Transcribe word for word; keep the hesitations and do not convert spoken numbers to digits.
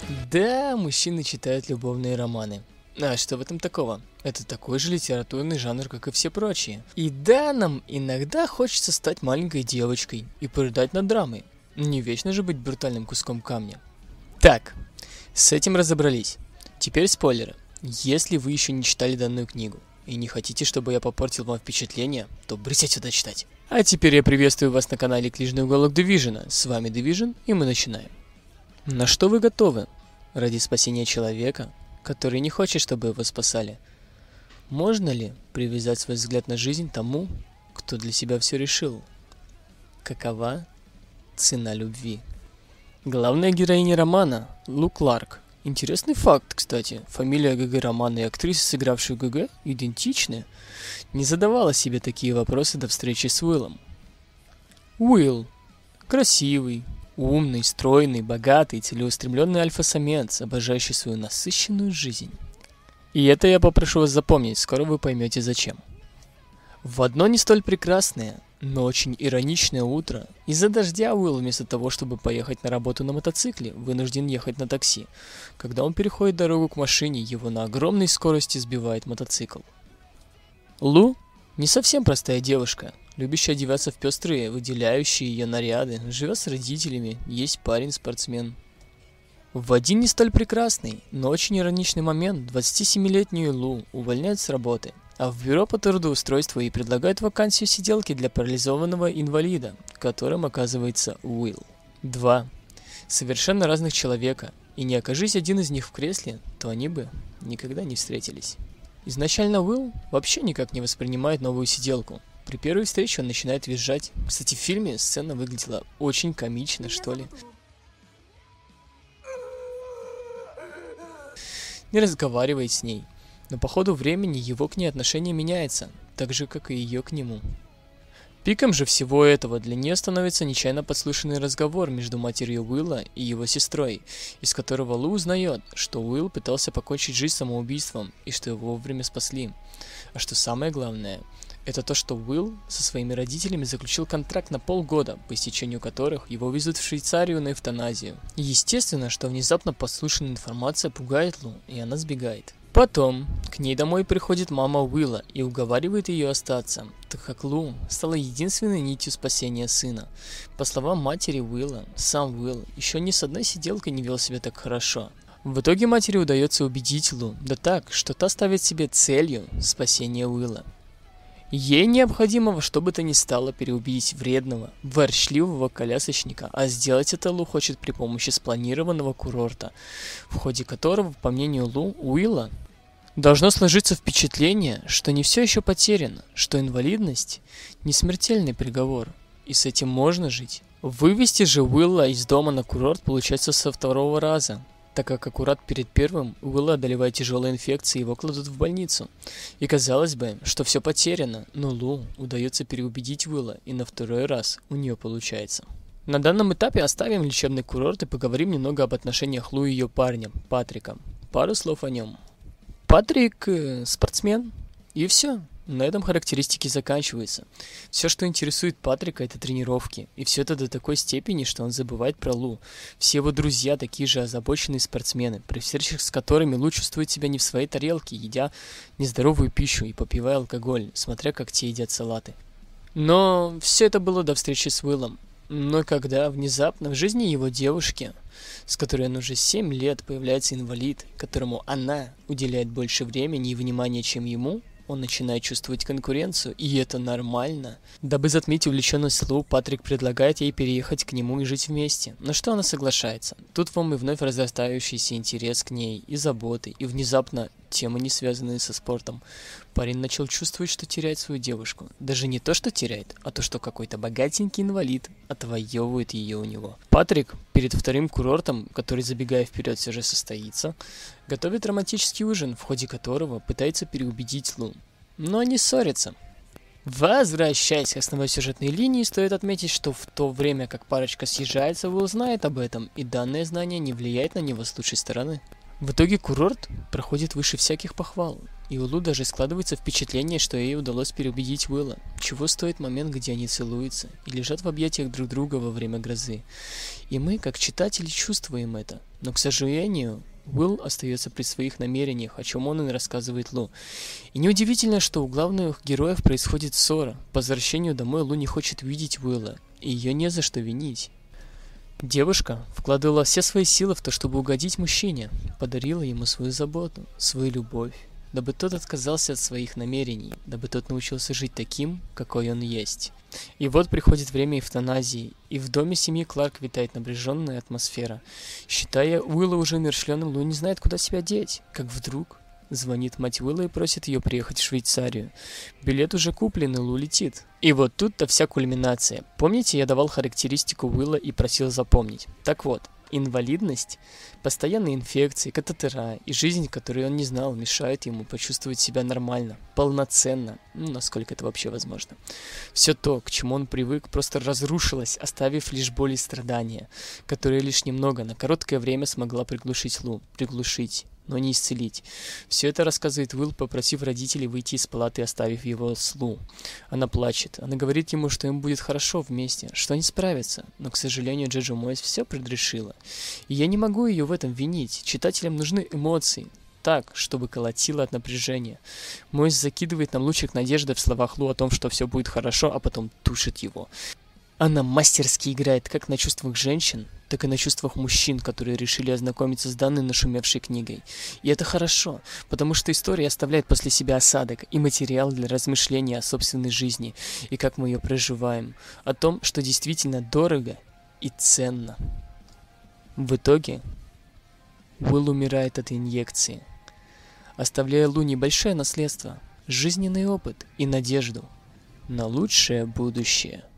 Да, мужчины читают любовные романы. А что в этом такого? Это такой же литературный жанр, как и все прочие. И да, нам иногда хочется стать маленькой девочкой и порыдать над драмой. Не вечно же быть брутальным куском камня. Так, с этим разобрались. Теперь спойлеры. Если вы еще не читали данную книгу и не хотите, чтобы я попортил вам впечатление, то брысь отсюда читать. А теперь я приветствую вас на канале Книжный уголок Division. С вами Division, и мы начинаем. На что вы готовы ради спасения человека, который не хочет, чтобы его спасали? Можно ли привязать свой взгляд на жизнь тому, кто для себя все решил? Какова цена любви? Главная героиня романа – Лу Кларк. Интересный факт, кстати. Фамилия ГГ романа и актрисы, сыгравшей ГГ, идентичны. Не задавала себе такие вопросы до встречи с Уиллом. Уилл – красивый, умный, стройный, богатый, целеустремленный альфа-самец, обожающий свою насыщенную жизнь. И это я попрошу вас запомнить, скоро вы поймете зачем. В одно не столь прекрасное, но очень ироничное утро, из-за дождя Уилл вместо того, чтобы поехать на работу на мотоцикле, вынужден ехать на такси. Когда он переходит дорогу к машине, его на огромной скорости сбивает мотоцикл. Лу не совсем простая девушка, любящая одеваться в пестрые, выделяющие ее наряды, живет с родителями, есть парень-спортсмен. В один не столь прекрасный, но очень ироничный момент двадцатисемилетнюю Лу увольняют с работы, а в бюро по трудоустройству ей предлагают вакансию сиделки для парализованного инвалида, которым оказывается Уилл. Два совершенно разных человека, и не окажись один из них в кресле, то они бы никогда не встретились. Изначально Уилл вообще никак не воспринимает новую сиделку. При первой встрече он начинает визжать. Кстати, в фильме сцена выглядела очень комично, что ли. Не разговаривает с ней, но по ходу времени его к ней отношение меняется, так же, как и ее к нему. Пиком же всего этого для нее становится нечаянно подслушанный разговор между матерью Уилла и его сестрой, из которого Лу узнает, что Уилл пытался покончить жизнь самоубийством и что его вовремя спасли. А что самое главное, это то, что Уилл со своими родителями заключил контракт на полгода, по истечению которых его везут в Швейцарию на эвтаназию. И естественно, что внезапно подслушанная информация пугает Лу, и она сбегает. Потом к ней домой приходит мама Уилла и уговаривает ее остаться, так как Лу стала единственной нитью спасения сына. По словам матери Уилла, сам Уилл еще ни с одной сиделкой не вел себя так хорошо. В итоге матери удается убедить Лу, да так, что та ставит себе целью спасение Уилла. Ей необходимо во что бы то ни стало переубедить вредного, ворчливого колясочника, а сделать это Лу хочет при помощи спланированного курорта, в ходе которого, по мнению Лу, Уилла, должно сложиться впечатление, что не все еще потеряно, что инвалидность не смертельный приговор, и с этим можно жить. Вывести же Уилла из дома на курорт получается со второго раза, так как аккурат перед первым Уилла одолевает тяжелая инфекция и его кладут в больницу. И казалось бы, что все потеряно, но Лу удается переубедить Уилла, и на второй раз у нее получается. На данном этапе оставим лечебный курорт и поговорим немного об отношениях Лу и ее парня, Патрика. Пару слов о нем. Патрик э, спортсмен, и все. На этом характеристики заканчиваются. Все, что интересует Патрика, это тренировки. И все это до такой степени, что он забывает про Лу. Все его друзья такие же озабоченные спортсмены, при встречах с которыми Лу чувствует себя не в своей тарелке, едя нездоровую пищу и попивая алкоголь, смотря как те едят салаты. Но все это было до встречи с Уиллом. Но когда внезапно в жизни его девушки, с которой он уже семь лет, появляется инвалид, которому она уделяет больше времени и внимания, чем ему, он начинает чувствовать конкуренцию, и это нормально. Дабы затмить увлеченность Лу, Патрик предлагает ей переехать к нему и жить вместе. На что она соглашается. Тут вам и вновь разрастающийся интерес к ней, и заботы, и внезапно темы, не связанные со спортом. Парень начал чувствовать, что теряет свою девушку. Даже не то, что теряет, а то, что какой-то богатенький инвалид отвоевывает ее у него. Патрик перед вторым курортом, который, забегая вперед, все же состоится, готовит романтический ужин, в ходе которого пытается переубедить Лу. Но они ссорятся. Возвращаясь к основной сюжетной линии, стоит отметить, что в то время как парочка съезжается, Уилл знает об этом, и данное знание не влияет на него с лучшей стороны. В итоге курорт проходит выше всяких похвал, и у Лу даже складывается впечатление, что ей удалось переубедить Уилла, чего стоит момент, где они целуются и лежат в объятиях друг друга во время грозы. И мы, как читатели, чувствуем это, но, к сожалению, Уилл остается при своих намерениях, о чем он и рассказывает Лу. И неудивительно, что у главных героев происходит ссора. По возвращению домой Лу не хочет видеть Уилла, и ее не за что винить. Девушка вкладывала все свои силы в то, чтобы угодить мужчине, подарила ему свою заботу, свою любовь, дабы тот отказался от своих намерений, дабы тот научился жить таким, какой он есть. И вот приходит время эвтаназии, и в доме семьи Кларк витает напряженная атмосфера. Считая Уилла уже умерщвленным, Лу не знает, куда себя деть, как вдруг звонит мать Уилла и просит ее приехать в Швейцарию. Билет уже куплен, и Лу летит. И вот тут-то вся кульминация. Помните, я давал характеристику Уилла и просил запомнить? Так вот, инвалидность, постоянные инфекции, катетера и жизнь, которую он не знал, мешают ему почувствовать себя нормально, полноценно, ну, насколько это вообще возможно. Все то, к чему он привык, просто разрушилось, оставив лишь боль и страдания, которые лишь немного на короткое время смогла приглушить Лу, приглушить, но не исцелить. Все это рассказывает Уилл, попросив родителей выйти из палаты, оставив его с Лу. Она плачет. Она говорит ему, что им будет хорошо вместе, что они справятся. Но, к сожалению, Джоджо Мойс все предрешила. И я не могу ее в этом винить. Читателям нужны эмоции. Так, чтобы колотило от напряжения. Мойс закидывает нам лучик надежды в словах Лу о том, что все будет хорошо, а потом тушит его. Она мастерски играет как на чувствах женщин, так и на чувствах мужчин, которые решили ознакомиться с данной нашумевшей книгой. И это хорошо, потому что история оставляет после себя осадок и материал для размышления о собственной жизни и как мы ее проживаем, о том, что действительно дорого и ценно. В итоге Уилл умирает от инъекции, оставляя Лу небольшое наследство, жизненный опыт и надежду на лучшее будущее.